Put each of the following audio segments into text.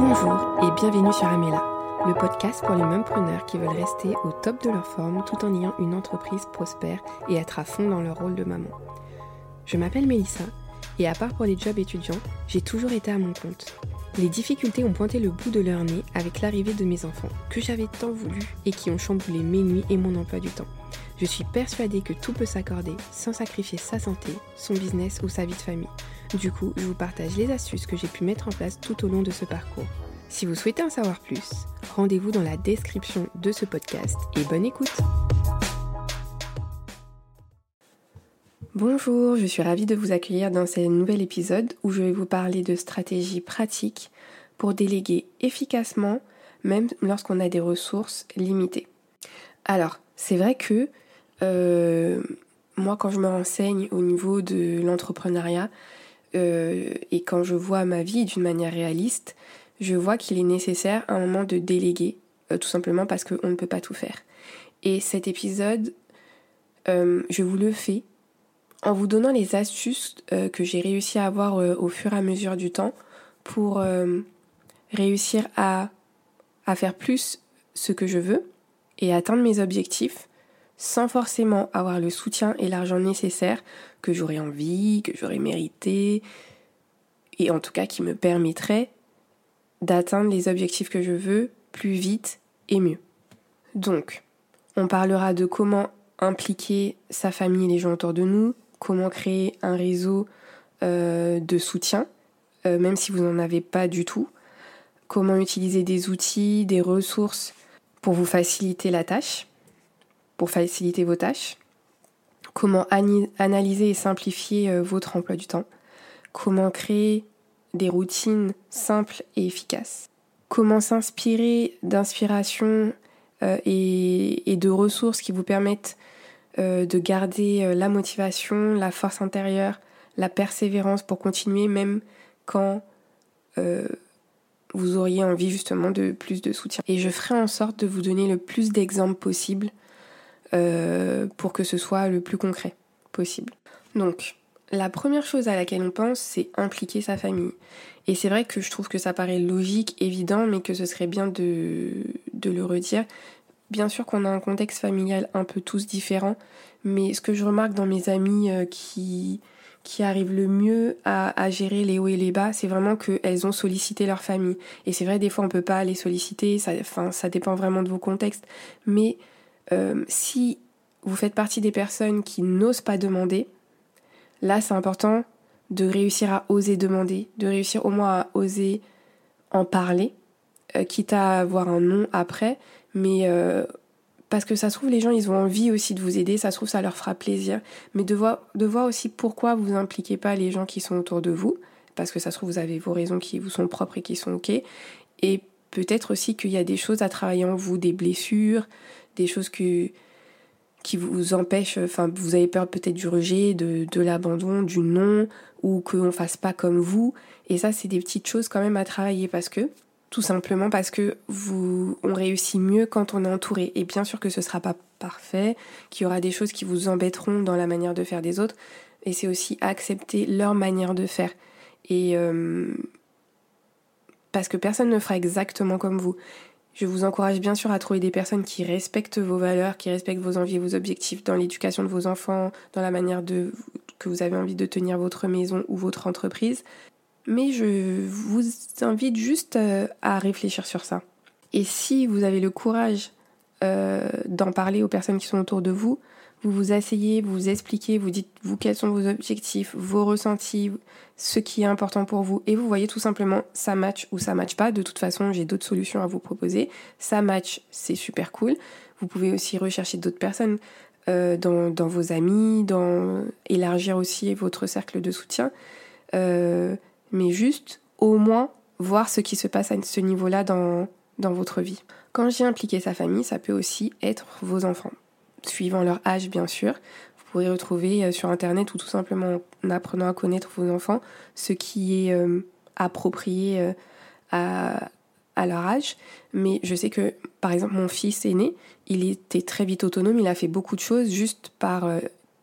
Bonjour et bienvenue sur Amela, le podcast pour les mompreneurs qui veulent rester au top de leur forme tout en ayant une entreprise prospère et être à fond dans leur rôle de maman. Je m'appelle Mélissa et à part pour les jobs étudiants, j'ai toujours été à mon compte. Les difficultés ont pointé le bout de leur nez avec l'arrivée de mes enfants, que j'avais tant voulu et qui ont chamboulé mes nuits et mon emploi du temps. Je suis persuadée que tout peut s'accorder sans sacrifier sa santé, son business ou sa vie de famille. Du coup, je vous partage les astuces que j'ai pu mettre en place tout au long de ce parcours. Si vous souhaitez en savoir plus, rendez-vous dans la description de ce podcast et bonne écoute. Bonjour, je suis ravie de vous accueillir dans ce nouvel épisode où je vais vous parler de stratégies pratiques pour déléguer efficacement, même lorsqu'on a des ressources limitées. Alors, c'est vrai que moi, quand je me renseigne au niveau de l'entrepreneuriat et quand je vois ma vie d'une manière réaliste, je vois qu'il est nécessaire à un moment de déléguer, tout simplement parce qu'on ne peut pas tout faire. Et cet épisode, je vous le fais en vous donnant les astuces que j'ai réussi à avoir au fur et à mesure du temps pour réussir à faire plus ce que je veux et atteindre mes objectifs sans forcément avoir le soutien et l'argent nécessaires que j'aurais envie, que j'aurais mérité, et en tout cas qui me permettraient d'atteindre les objectifs que je veux plus vite et mieux. Donc, on parlera de comment impliquer sa famille et les gens autour de nous, comment créer un réseau de soutien, même si vous n'en avez pas du tout, comment utiliser des outils, des ressources pour vous faciliter la tâche, pour faciliter vos tâches, comment analyser et simplifier votre emploi du temps, comment créer des routines simples et efficaces, comment s'inspirer d'inspiration et de ressources qui vous permettent de garder la motivation, la force intérieure, la persévérance pour continuer même quand vous auriez envie justement de plus de soutien. Et je ferai en sorte de vous donner le plus d'exemples possible pour que ce soit le plus concret possible. Donc, la première chose à laquelle on pense, c'est impliquer sa famille. Et c'est vrai que je trouve que ça paraît logique, évident, mais que ce serait bien de le redire. Bien sûr qu'on a un contexte familial un peu tous différent, mais ce que je remarque dans mes amis qui arrivent le mieux à gérer les hauts et les bas, c'est vraiment qu'elles ont sollicité leur famille. Et c'est vrai, des fois on peut pas les solliciter, ça dépend vraiment de vos contextes, mais si vous faites partie des personnes qui n'osent pas demander, là c'est important de réussir à oser demander, de réussir au moins à oser en parler, quitte à avoir un non après, mais parce que ça se trouve les gens ils ont envie aussi de vous aider, ça se trouve ça leur fera plaisir, mais de voir aussi pourquoi vous impliquez pas les gens qui sont autour de vous, parce que ça se trouve vous avez vos raisons qui vous sont propres et qui sont ok, et peut-être aussi qu'il y a des choses à travailler en vous, des blessures, des choses qui vous empêchent, enfin vous avez peur peut-être du rejet, de l'abandon, du non, ou qu'on fasse pas comme vous, et ça c'est des petites choses quand même à travailler tout simplement parce que on réussit mieux quand on est entouré, et bien sûr que ce sera pas parfait, qu'il y aura des choses qui vous embêteront dans la manière de faire des autres, et c'est aussi accepter leur manière de faire, et parce que personne ne fera exactement comme vous. Je vous encourage bien sûr à trouver des personnes qui respectent vos valeurs, qui respectent vos envies et vos objectifs dans l'éducation de vos enfants, dans la manière que vous avez envie de tenir votre maison ou votre entreprise. Mais je vous invite juste à réfléchir sur ça. Et si vous avez le courage d'en parler aux personnes qui sont autour de vous, vous vous asseyez, vous vous expliquez, vous dites vous quels sont vos objectifs, vos ressentis, ce qui est important pour vous, et vous voyez tout simplement ça match ou ça match pas. De toute façon, j'ai d'autres solutions à vous proposer. Ça match, c'est super cool. Vous pouvez aussi rechercher d'autres personnes dans vos amis, élargir aussi votre cercle de soutien, mais juste au moins voir ce qui se passe à ce niveau-là dans votre vie. Quand j'ai impliqué sa famille, ça peut aussi être vos enfants, suivant leur âge bien sûr. Vous pourrez retrouver sur internet ou tout simplement en apprenant à connaître vos enfants ce qui est approprié à leur âge. Mais je sais que par exemple mon fils aîné, il était très vite autonome, il a fait beaucoup de choses juste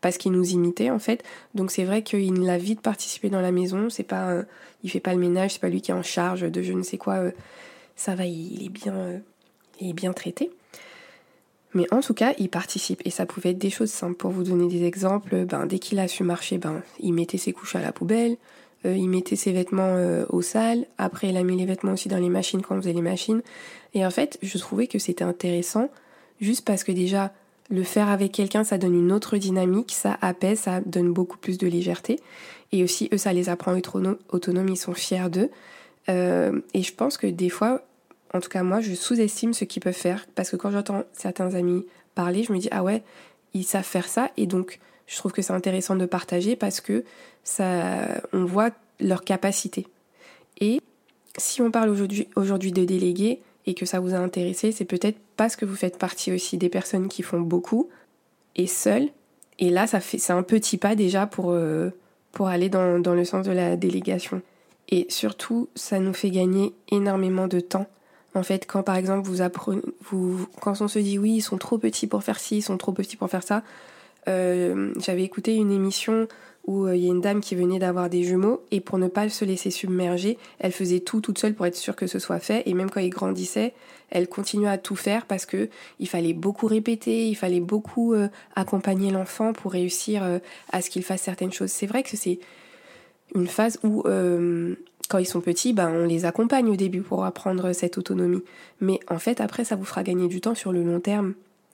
parce qu'il nous imitait en fait. Donc c'est vrai qu'il a vite participé dans la maison. C'est pas, il fait pas le ménage, c'est pas lui qui est en charge de je ne sais quoi. Ça va, il est bien traité. Mais en tout cas, il participe et ça pouvait être des choses simples. Pour vous donner des exemples, dès qu'il a su marcher, il mettait ses couches à la poubelle, il mettait ses vêtements au sale. Après, il a mis les vêtements aussi dans les machines quand on faisait les machines. Et en fait, je trouvais que c'était intéressant juste parce que déjà, le faire avec quelqu'un, ça donne une autre dynamique, ça apaise, ça donne beaucoup plus de légèreté. Et aussi, eux, ça les apprend à être autonomes, ils sont fiers d'eux. Et je pense que des fois, en tout cas moi, je sous-estime ce qu'ils peuvent faire. Parce que quand j'entends certains amis parler, je me dis, ah ouais, ils savent faire ça. Et donc, je trouve que c'est intéressant de partager parce que on voit leur capacité. Et si on parle aujourd'hui de déléguer et que ça vous a intéressé, c'est peut-être parce que vous faites partie aussi des personnes qui font beaucoup et seules. Et là, c'est un petit pas déjà pour aller dans le sens de la délégation. Et surtout, ça nous fait gagner énormément de temps. En fait, quand par exemple quand on se dit oui, ils sont trop petits pour faire ci, ils sont trop petits pour faire ça. J'avais écouté une émission où il y a une dame qui venait d'avoir des jumeaux et pour ne pas se laisser submerger, elle faisait tout toute seule pour être sûre que ce soit fait. Et même quand ils grandissaient, elle continuait à tout faire parce que il fallait beaucoup répéter, il fallait beaucoup accompagner l'enfant pour réussir à ce qu'il fasse certaines choses. C'est vrai que c'est une phase où quand ils sont petits, on les accompagne au début pour apprendre cette autonomie. Mais en fait, après, ça vous fera gagner du temps sur le long terme.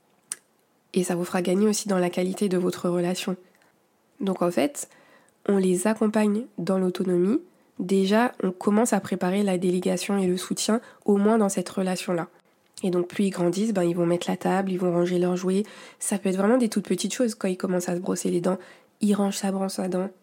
Et ça vous fera gagner aussi dans la qualité de votre relation. Donc en fait, on les accompagne dans l'autonomie. Déjà, on commence à préparer la délégation et le soutien, au moins dans cette relation-là. Et donc plus ils grandissent, ils vont mettre la table, ils vont ranger leurs jouets. Ça peut être vraiment des toutes petites choses. Quand ils commencent à se brosser les dents, ils rangent sa brosse à dents.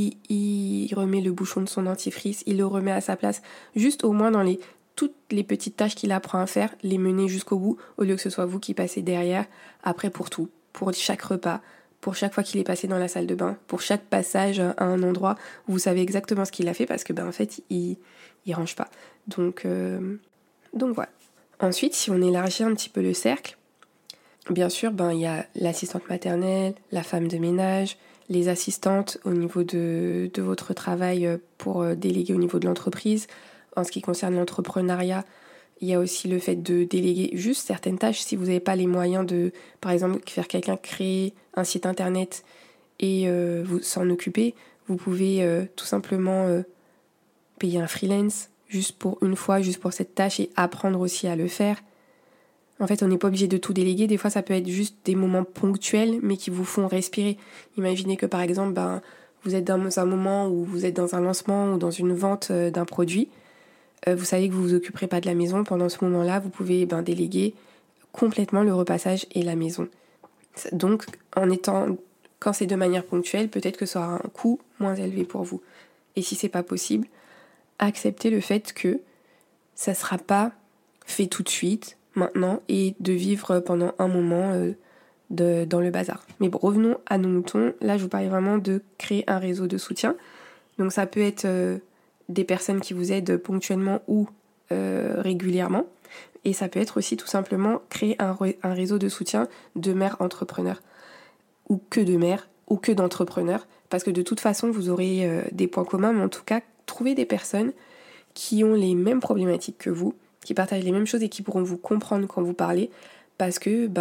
Il remet le bouchon de son dentifrice, il le remet à sa place, juste au moins dans toutes les petites tâches qu'il apprend à faire, les mener jusqu'au bout, au lieu que ce soit vous qui passez derrière, après pour tout, pour chaque repas, pour chaque fois qu'il est passé dans la salle de bain, pour chaque passage à un endroit où vous savez exactement ce qu'il a fait, parce que en fait, il range pas. Donc voilà. Ensuite, si on élargit un petit peu le cercle, bien sûr, il y a l'assistante maternelle, la femme de ménage, les assistantes au niveau de votre travail pour déléguer au niveau de l'entreprise. En ce qui concerne l'entrepreneuriat, il y a aussi le fait de déléguer juste certaines tâches. Si vous n'avez pas les moyens de, par exemple, faire quelqu'un créer un site internet et vous s'en occuper, vous pouvez tout simplement payer un freelance juste pour une fois, juste pour cette tâche et apprendre aussi à le faire. En fait, on n'est pas obligé de tout déléguer. Des fois, ça peut être juste des moments ponctuels, mais qui vous font respirer. Imaginez que, par exemple, vous êtes dans un moment où vous êtes dans un lancement ou dans une vente d'un produit. Vous savez que vous vous occuperez pas de la maison. Pendant ce moment-là, vous pouvez déléguer complètement le repassage et la maison. Donc, quand c'est de manière ponctuelle, peut-être que ça aura un coût moins élevé pour vous. Et si c'est pas possible, acceptez le fait que ça sera pas fait tout de suite, maintenant, et de vivre pendant un moment dans le bazar. Mais bon, revenons à nos moutons. Là, je vous parlais vraiment de créer un réseau de soutien. Donc ça peut être des personnes qui vous aident ponctuellement ou régulièrement. Et ça peut être aussi tout simplement créer un réseau de soutien de mères entrepreneurs. Ou que de mères, ou que d'entrepreneurs. Parce que de toute façon, vous aurez des points communs, mais en tout cas, trouvez des personnes qui ont les mêmes problématiques que vous, qui partagent les mêmes choses et qui pourront vous comprendre quand vous parlez. Parce que,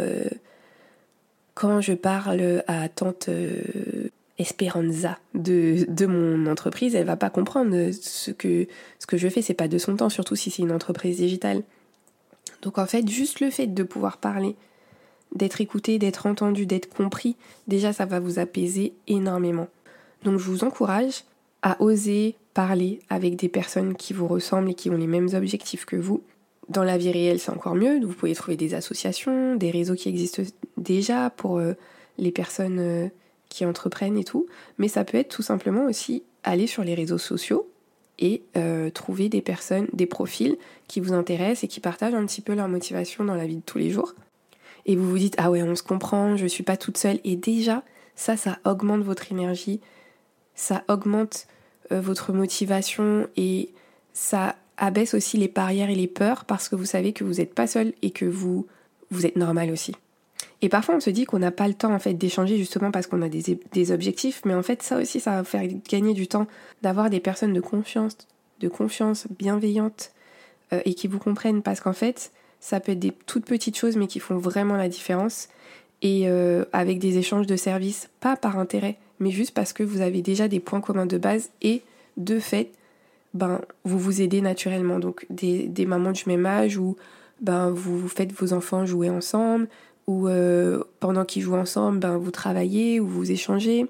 quand je parle à tante Esperanza de mon entreprise, elle va pas comprendre ce que je fais, c'est pas de son temps, surtout si c'est une entreprise digitale. Donc en fait, juste le fait de pouvoir parler, d'être écouté, d'être entendu, d'être compris, déjà ça va vous apaiser énormément. Donc je vous encourage à oser parler avec des personnes qui vous ressemblent et qui ont les mêmes objectifs que vous. Dans la vie réelle, c'est encore mieux. Vous pouvez trouver des associations, des réseaux qui existent déjà pour les personnes qui entreprennent et tout. Mais ça peut être tout simplement aussi aller sur les réseaux sociaux et trouver des personnes, des profils qui vous intéressent et qui partagent un petit peu leur motivation dans la vie de tous les jours. Et vous vous dites, ah ouais, on se comprend, je suis pas toute seule. Et déjà, ça augmente votre énergie, ça augmente votre motivation et ça abaisse aussi les barrières et les peurs parce que vous savez que vous n'êtes pas seul et que vous êtes normal aussi. Et parfois on se dit qu'on n'a pas le temps en fait d'échanger justement parce qu'on a des objectifs, mais en fait ça aussi ça va faire gagner du temps d'avoir des personnes de confiance bienveillantes et qui vous comprennent, parce qu'en fait ça peut être des toutes petites choses mais qui font vraiment la différence, et avec des échanges de services, pas par intérêt, mais juste parce que vous avez déjà des points communs de base et de fait, vous vous aidez naturellement. Donc des mamans du même âge où vous faites vos enfants jouer ensemble, ou pendant qu'ils jouent ensemble, vous travaillez ou vous échangez.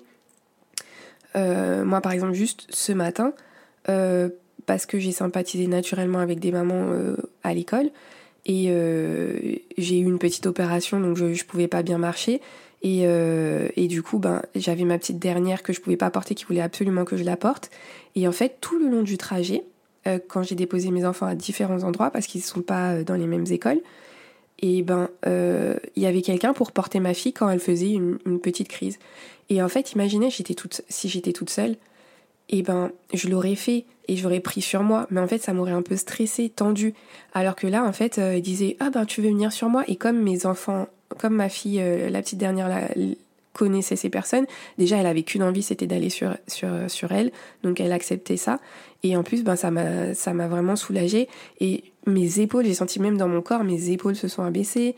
Moi par exemple juste ce matin, parce que j'ai sympathisé naturellement avec des mamans à l'école, et j'ai eu une petite opération, donc je pouvais pas bien marcher, et du coup j'avais ma petite dernière que je pouvais pas porter, qui voulait absolument que je la porte, et en fait tout le long du trajet, quand j'ai déposé mes enfants à différents endroits parce qu'ils sont pas dans les mêmes écoles, et il y avait quelqu'un pour porter ma fille quand elle faisait une petite crise. Et en fait imaginez, si j'étais toute seule, et je l'aurais fait et j'aurais pris sur moi, mais en fait ça m'aurait un peu stressée, tendue, alors que là en fait il disait tu veux venir sur moi, et comme mes enfants, comme ma fille, la petite dernière là, connaissait ces personnes, déjà elle avait qu'une envie, c'était d'aller sur elle, donc elle acceptait ça, et en plus ça m'a vraiment soulagée, et mes épaules, j'ai senti même dans mon corps, mes épaules se sont abaissées.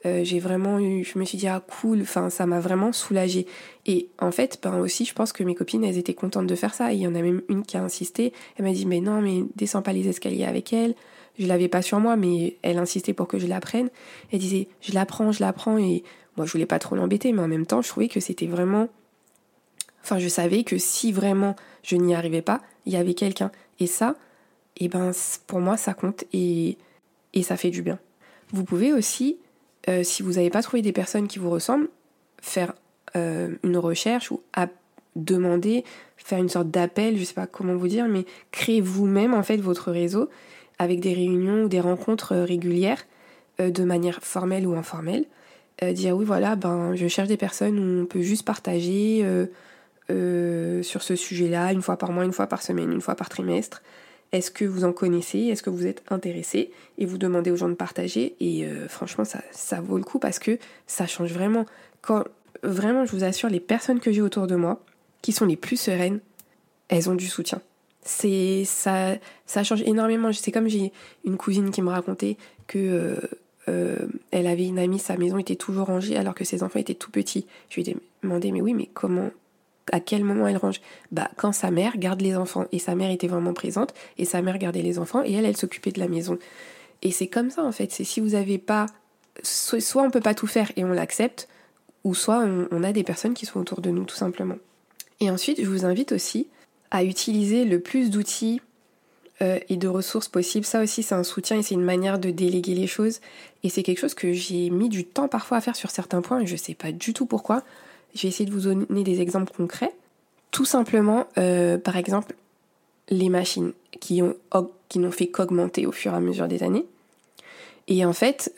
Je me suis dit cool, ça m'a vraiment soulagée. Et en fait aussi je pense que mes copines, elles étaient contentes de faire ça, et il y en a même une qui a insisté, elle m'a dit mais non, mais descends pas les escaliers avec elle. Je l'avais pas sur moi, mais elle insistait pour que je la prenne. Elle disait je la prends, et moi je voulais pas trop l'embêter, mais en même temps je trouvais que c'était vraiment, je savais que si vraiment je n'y arrivais pas, il y avait quelqu'un, et ça, pour moi ça compte, et ça fait du bien. Vous pouvez aussi, si vous n'avez pas trouvé des personnes qui vous ressemblent, faire une recherche, ou demander, faire une sorte d'appel, je sais pas comment vous dire, mais créer vous-même en fait votre réseau avec des réunions ou des rencontres régulières, de manière formelle ou informelle. Dire oui voilà, je cherche des personnes où on peut juste partager sur ce sujet-là, une fois par mois, une fois par semaine, une fois par trimestre. Est-ce que vous en connaissez? Est-ce que vous êtes intéressé? Et vous demandez aux gens de partager. Et franchement, ça vaut le coup, parce que ça change vraiment. Vraiment, je vous assure, les personnes que j'ai autour de moi, qui sont les plus sereines, elles ont du soutien. Ça change énormément. C'est comme j'ai une cousine qui me racontait que elle avait une amie, sa maison était toujours rangée alors que ses enfants étaient tout petits. Je lui ai demandé, mais oui, mais comment... À quel moment elle range? Quand sa mère garde les enfants, et sa mère était vraiment présente, et sa mère gardait les enfants, et elle s'occupait de la maison. Et c'est comme ça en fait, c'est si vous avez pas, soit on peut pas tout faire et on l'accepte, ou soit on a des personnes qui sont autour de nous tout simplement. Et ensuite je vous invite aussi à utiliser le plus d'outils et de ressources possibles. Ça aussi c'est un soutien, et c'est une manière de déléguer les choses, et c'est quelque chose que j'ai mis du temps parfois à faire sur certains points, et je sais pas du tout pourquoi. Je vais essayer de vous donner des exemples concrets. Tout simplement, par exemple, les machines qui n'ont fait qu'augmenter au fur et à mesure des années. Et en fait,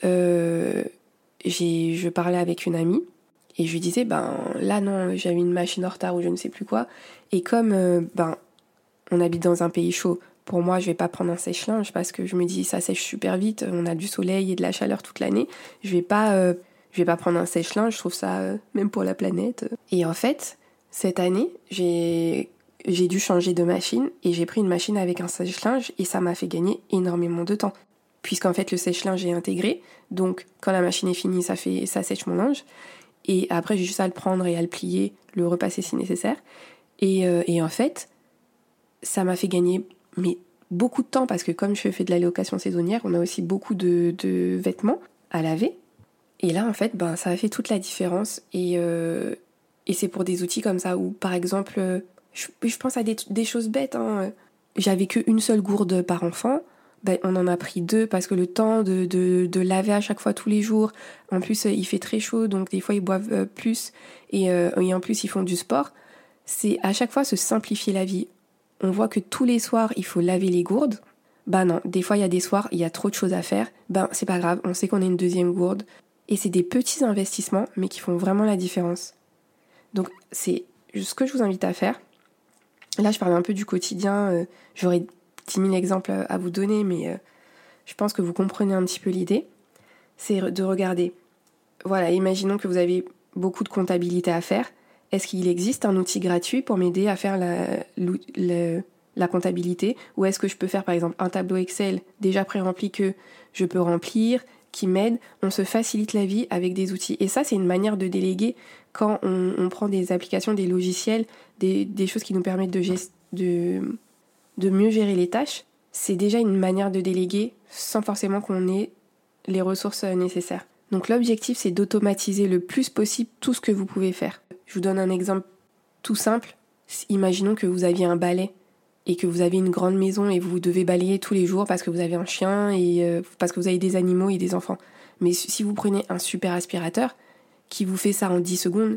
je parlais avec une amie, et je lui disais, là non, j'avais une machine en retard ou je ne sais plus quoi. Et comme on habite dans un pays chaud, pour moi je vais pas prendre un sèche-linge, parce que je me dis ça sèche super vite, on a du soleil et de la chaleur toute l'année. Je vais pas prendre un sèche-linge, je trouve ça même pour la planète. Et en fait, cette année, j'ai dû changer de machine, et j'ai pris une machine avec un sèche-linge, et ça m'a fait gagner énormément de temps. Puisqu'en fait le sèche-linge est intégré, donc quand la machine est finie, ça sèche mon linge, et après j'ai juste à le prendre et à le plier, le repasser si nécessaire. Et en fait, ça m'a fait gagner beaucoup de temps, parce que comme je fais de la location saisonnière, on a aussi beaucoup de vêtements à laver. Et là, en fait, ça a fait toute la différence. Et c'est pour des outils comme ça, où, par exemple, je pense à des choses bêtes. J'avais qu'une seule gourde par enfant. On en a pris 2, parce que le temps de laver à chaque fois tous les jours. En plus, il fait très chaud, donc des fois, ils boivent plus. Et en plus, ils font du sport. C'est à chaque fois se simplifier la vie. On voit que tous les soirs, il faut laver les gourdes. Non, des fois, il y a des soirs, il y a trop de choses à faire. C'est pas grave, on sait qu'on a une deuxième gourde. Et c'est des petits investissements, mais qui font vraiment la différence. Donc, c'est ce que je vous invite à faire. Là, je parle un peu du quotidien. J'aurais 10 000 exemples à vous donner, mais je pense que vous comprenez un petit peu l'idée. C'est de regarder voilà, imaginons que vous avez beaucoup de comptabilité à faire. Est-ce qu'il existe un outil gratuit pour m'aider à faire la comptabilité, ou est-ce que je peux faire par exemple un tableau Excel déjà pré-rempli que je peux remplir, qui m'aide? On se facilite la vie avec des outils. Et ça, c'est une manière de déléguer quand on prend des applications, des logiciels, des choses qui nous permettent de mieux gérer les tâches. C'est déjà une manière de déléguer sans forcément qu'on ait les ressources nécessaires. Donc l'objectif, c'est d'automatiser le plus possible tout ce que vous pouvez faire. Je vous donne un exemple tout simple. Imaginons que vous aviez un balai et que vous avez une grande maison et vous devez balayer tous les jours parce que vous avez un chien et parce que vous avez des animaux et des enfants. Mais si vous prenez un super aspirateur qui vous fait ça en 10 secondes,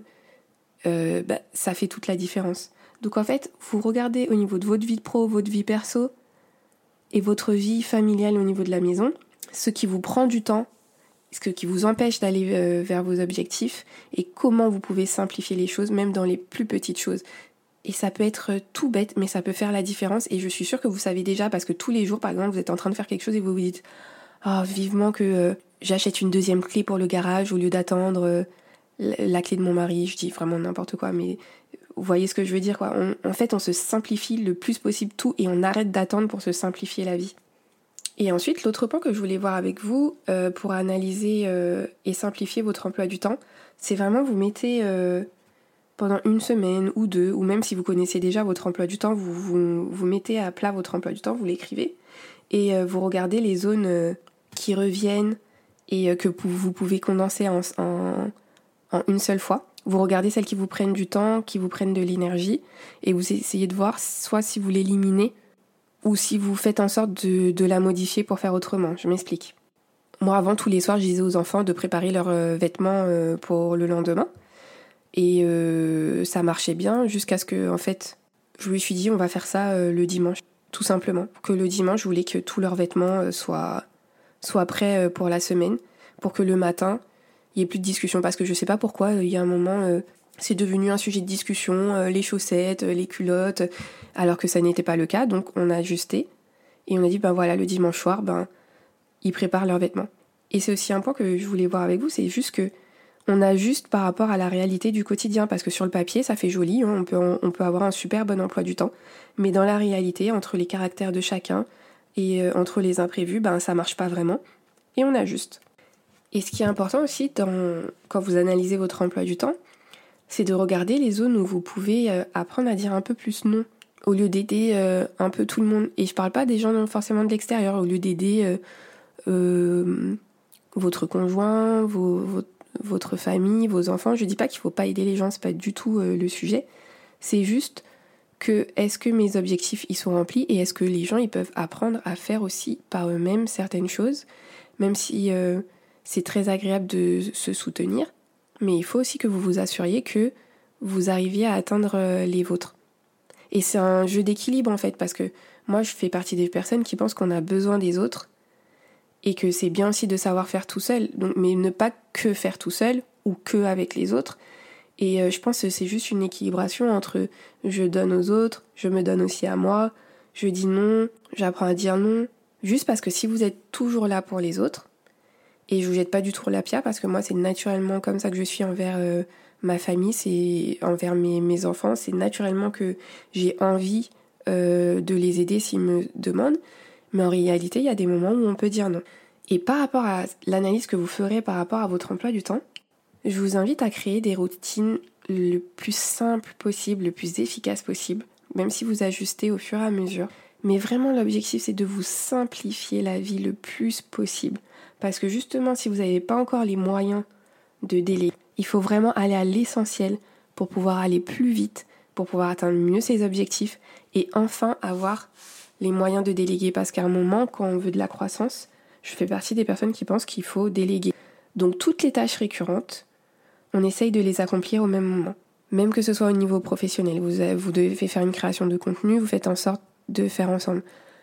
ça fait toute la différence. Donc en fait, vous regardez au niveau de votre vie pro, votre vie perso et votre vie familiale au niveau de la maison, ce qui vous prend du temps, ce qui vous empêche d'aller vers vos objectifs et comment vous pouvez simplifier les choses, même dans les plus petites choses. Et ça peut être tout bête, mais ça peut faire la différence. Et je suis sûre que vous savez déjà, parce que tous les jours, par exemple, vous êtes en train de faire quelque chose et vous vous dites « Ah, vivement que j'achète une deuxième clé pour le garage au lieu d'attendre la clé de mon mari. » Je dis vraiment n'importe quoi, mais vous voyez ce que je veux dire, quoi. En fait, on se simplifie le plus possible tout et on arrête d'attendre pour se simplifier la vie. Et ensuite, l'autre point que je voulais voir avec vous pour analyser et simplifier votre emploi du temps, c'est vraiment vous mettez pendant une semaine ou deux, ou même si vous connaissez déjà votre emploi du temps, vous mettez à plat votre emploi du temps, vous l'écrivez, et vous regardez les zones qui reviennent et que vous pouvez condenser en une seule fois. Vous regardez celles qui vous prennent du temps, qui vous prennent de l'énergie, et vous essayez de voir soit si vous l'éliminez, ou si vous faites en sorte de la modifier pour faire autrement. Je m'explique. Moi, avant, tous les soirs, je disais aux enfants de préparer leurs vêtements pour le lendemain. Et ça marchait bien jusqu'à ce que, en fait, je me suis dit, on va faire ça le dimanche, tout simplement. Que le dimanche, je voulais que tous leurs vêtements soient prêts pour la semaine, pour que le matin, il n'y ait plus de discussion. Parce que je sais pas pourquoi, il y a un moment... c'est devenu un sujet de discussion, les chaussettes, les culottes, alors que ça n'était pas le cas. Donc on a ajusté et on a dit, voilà, le dimanche soir, ils préparent leurs vêtements. Et c'est aussi un point que je voulais voir avec vous, c'est juste que on ajuste par rapport à la réalité du quotidien, parce que sur le papier, ça fait joli, hein, on peut avoir un super bon emploi du temps, mais dans la réalité, entre les caractères de chacun et entre les imprévus, ça marche pas vraiment, et on ajuste. Et ce qui est important aussi quand vous analysez votre emploi du temps, c'est de regarder les zones où vous pouvez apprendre à dire un peu plus non, au lieu d'aider un peu tout le monde. Et je parle pas des gens non forcément de l'extérieur, au lieu d'aider votre conjoint, votre famille, vos enfants. Je dis pas qu'il faut pas aider les gens, c'est pas du tout le sujet. C'est juste que est-ce que mes objectifs ils sont remplis et est-ce que les gens ils peuvent apprendre à faire aussi par eux-mêmes certaines choses, même si c'est très agréable de se soutenir. Mais il faut aussi que vous vous assuriez que vous arriviez à atteindre les vôtres. Et c'est un jeu d'équilibre en fait, parce que moi je fais partie des personnes qui pensent qu'on a besoin des autres et que c'est bien aussi de savoir faire tout seul, mais ne pas que faire tout seul ou que avec les autres. Et je pense que c'est juste une équilibration entre je donne aux autres, je me donne aussi à moi, je dis non, j'apprends à dire non, juste parce que si vous êtes toujours là pour les autres, et je vous jette pas du tout la pierre parce que moi c'est naturellement comme ça que je suis envers ma famille, c'est envers mes enfants, c'est naturellement que j'ai envie de les aider s'ils me demandent, mais en réalité il y a des moments où on peut dire non. Et par rapport à l'analyse que vous ferez par rapport à votre emploi du temps, je vous invite à créer des routines le plus simple possible, le plus efficace possible, même si vous ajustez au fur et à mesure. Mais vraiment l'objectif c'est de vous simplifier la vie le plus possible. Parce que justement, si vous n'avez pas encore les moyens de déléguer, il faut vraiment aller à l'essentiel pour pouvoir aller plus vite, pour pouvoir atteindre mieux ses objectifs et enfin avoir les moyens de déléguer. Parce qu'à un moment, quand on veut de la croissance, je fais partie des personnes qui pensent qu'il faut déléguer. Donc toutes les tâches récurrentes, on essaye de les accomplir au même moment. Même que ce soit au niveau professionnel. Vous devez faire une création de contenu, vous faites en sorte de faire ensemble.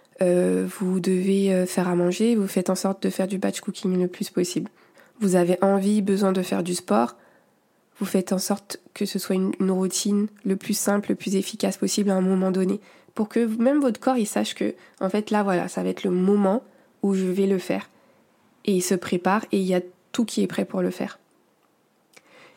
Vous devez faire à manger, vous faites en sorte de faire du batch cooking le plus possible. Vous avez besoin de faire du sport, vous faites en sorte que ce soit une routine le plus simple, le plus efficace possible à un moment donné, pour que même votre corps il sache que, en fait là voilà, ça va être le moment où je vais le faire. Et il se prépare et il y a tout qui est prêt pour le faire.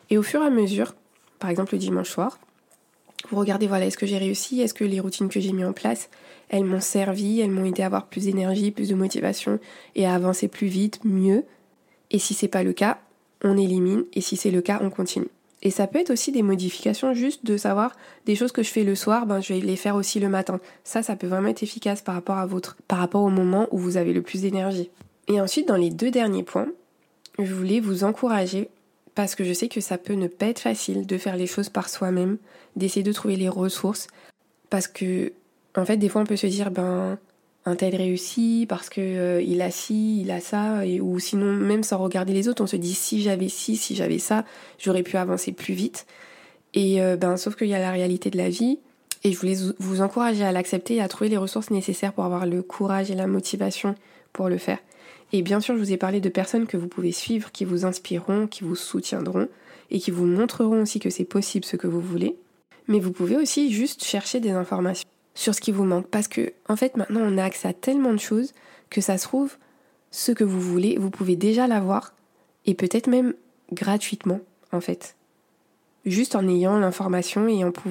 Et au fur et à mesure, par exemple le dimanche soir, vous regardez, voilà, est-ce que j'ai réussi? Est-ce que les routines que j'ai mis en place, elles m'ont servi, elles m'ont aidé à avoir plus d'énergie, plus de motivation et à avancer plus vite, mieux? Et si c'est pas le cas, on élimine, et si c'est le cas, on continue. Et ça peut être aussi des modifications, juste de savoir des choses que je fais le soir, je vais les faire aussi le matin. Ça peut vraiment être efficace par rapport au moment où vous avez le plus d'énergie. Et ensuite, dans les 2 derniers points, je voulais vous encourager, parce que je sais que ça peut ne pas être facile de faire les choses par soi-même, d'essayer de trouver les ressources, parce que, en fait, des fois, on peut se dire, un tel réussit parce que il a ci, il a ça, ou sinon, même sans regarder les autres, on se dit, si j'avais ci, si j'avais ça, j'aurais pu avancer plus vite. Et sauf qu'il y a la réalité de la vie, et je voulais vous encourager à l'accepter et à trouver les ressources nécessaires pour avoir le courage et la motivation pour le faire. Et bien sûr, je vous ai parlé de personnes que vous pouvez suivre, qui vous inspireront, qui vous soutiendront, et qui vous montreront aussi que c'est possible ce que vous voulez. Mais vous pouvez aussi juste chercher des informations sur ce qui vous manque. Parce que, en fait, maintenant, on a accès à tellement de choses que ça se trouve, ce que vous voulez, vous pouvez déjà l'avoir, et peut-être même gratuitement, en fait. Juste en ayant l'information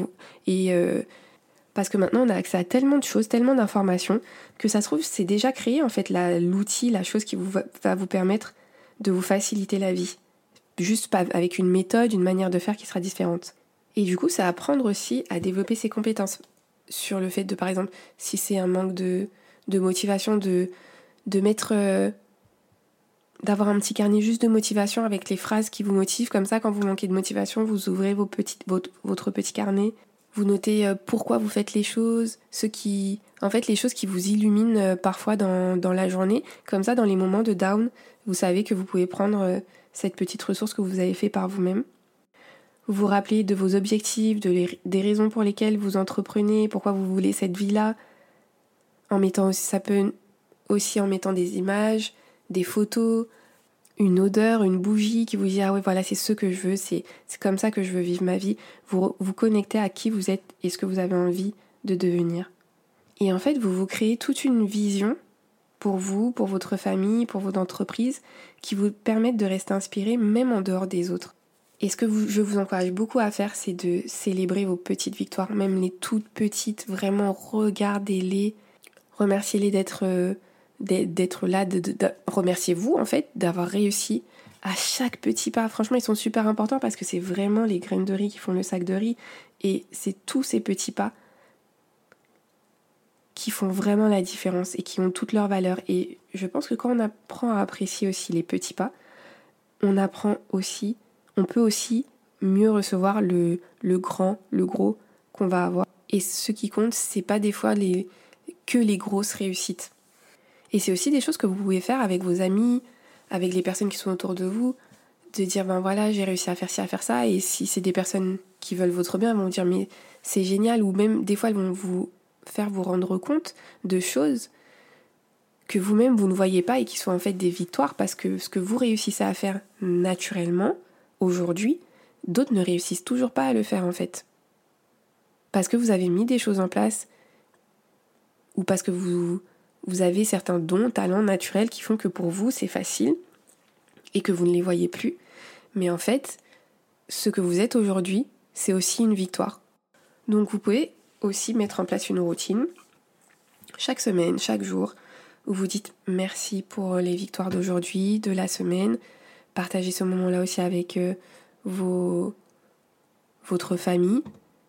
parce que maintenant, on a accès à tellement de choses, tellement d'informations, que ça se trouve, c'est déjà créé, en fait, l'outil, la chose qui va vous permettre de vous faciliter la vie. Juste avec une méthode, une manière de faire qui sera différente. Et du coup, ça apprendre aussi à développer ses compétences sur le fait de, par exemple, si c'est un manque de motivation, de mettre... d'avoir un petit carnet juste de motivation avec les phrases qui vous motivent. Comme ça, quand vous manquez de motivation, vous ouvrez votre petit carnet. Vous notez pourquoi vous faites les choses, les choses qui vous illuminent parfois dans la journée. Comme ça, dans les moments de down, vous savez que vous pouvez prendre cette petite ressource que vous avez fait par vous-même. Vous vous rappelez de vos objectifs, des raisons pour lesquelles vous entreprenez, pourquoi vous voulez cette vie-là. Ça peut aussi en mettant des images, des photos, une odeur, une bougie qui vous dit « Ah ouais, voilà, c'est ce que je veux, c'est comme ça que je veux vivre ma vie ». Vous vous connectez à qui vous êtes et ce que vous avez envie de devenir. Et en fait, vous créez toute une vision pour vous, pour votre famille, pour votre entreprise, qui vous permettent de rester inspiré même en dehors des autres. Et ce que je vous encourage beaucoup à faire, c'est de célébrer vos petites victoires, même les toutes petites, vraiment regardez-les, remerciez-les d'être là, remerciez-vous en fait d'avoir réussi à chaque petit pas. Franchement, ils sont super importants parce que c'est vraiment les graines de riz qui font le sac de riz, et c'est tous ces petits pas qui font vraiment la différence et qui ont toute leur valeur. Et je pense que quand on apprend à apprécier aussi les petits pas, on peut aussi mieux recevoir le grand, le gros qu'on va avoir. Et ce qui compte, c'est pas des fois que les grosses réussites. Et c'est aussi des choses que vous pouvez faire avec vos amis, avec les personnes qui sont autour de vous, de dire voilà, j'ai réussi à faire ci, à faire ça. Et si c'est des personnes qui veulent votre bien, elles vont vous dire mais c'est génial, ou même des fois elles vont vous faire vous rendre compte de choses que vous-même vous ne voyez pas et qui sont en fait des victoires, parce que ce que vous réussissez à faire naturellement aujourd'hui, d'autres ne réussissent toujours pas à le faire en fait. Parce que vous avez mis des choses en place, ou parce que vous avez certains dons, talents naturels qui font que pour vous c'est facile et que vous ne les voyez plus. Mais en fait, ce que vous êtes aujourd'hui, c'est aussi une victoire. Donc vous pouvez aussi mettre en place une routine chaque semaine, chaque jour, où vous dites merci pour les victoires d'aujourd'hui, de la semaine. Partagez ce moment-là aussi avec votre famille.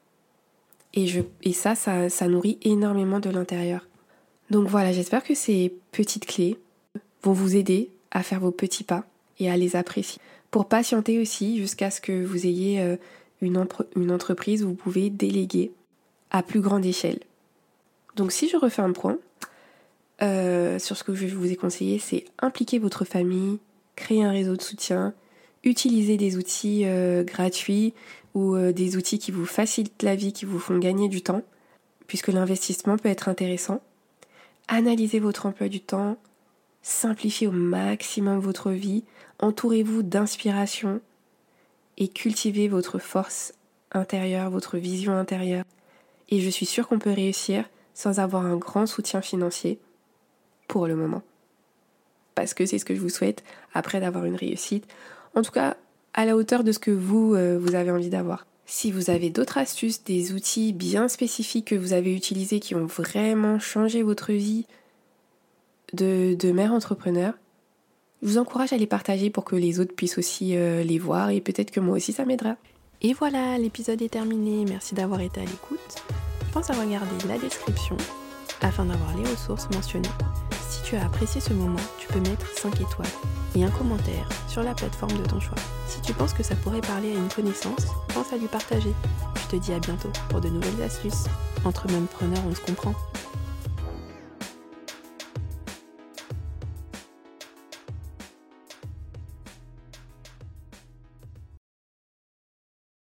Et ça nourrit énormément de l'intérieur. Donc voilà, j'espère que ces petites clés vont vous aider à faire vos petits pas et à les apprécier. Pour patienter aussi jusqu'à ce que vous ayez une entreprise où vous pouvez déléguer à plus grande échelle. Donc si je refais un point sur ce que je vous ai conseillé, c'est impliquer votre famille, créer un réseau de soutien, utiliser des outils gratuits ou des outils qui vous facilitent la vie, qui vous font gagner du temps, puisque l'investissement peut être intéressant. Analysez votre emploi du temps, simplifiez au maximum votre vie, entourez-vous d'inspiration et cultivez votre force intérieure, votre vision intérieure. Et je suis sûre qu'on peut réussir sans avoir un grand soutien financier pour le moment. Parce que c'est ce que je vous souhaite après d'avoir une réussite. En tout cas, à la hauteur de ce que vous avez envie d'avoir. Si vous avez d'autres astuces, des outils bien spécifiques que vous avez utilisés qui ont vraiment changé votre vie de mère entrepreneur, je vous encourage à les partager pour que les autres puissent aussi les voir et peut-être que moi aussi ça m'aidera. Et voilà, l'épisode est terminé. Merci d'avoir été à l'écoute. Pense à regarder la description afin d'avoir les ressources mentionnées. Si tu as apprécié ce moment, tu peux mettre 5 étoiles et un commentaire sur la plateforme de ton choix. Si tu penses que ça pourrait parler à une connaissance, pense à lui partager. Je te dis à bientôt pour de nouvelles astuces. Entre mêmes preneurs, on se comprend.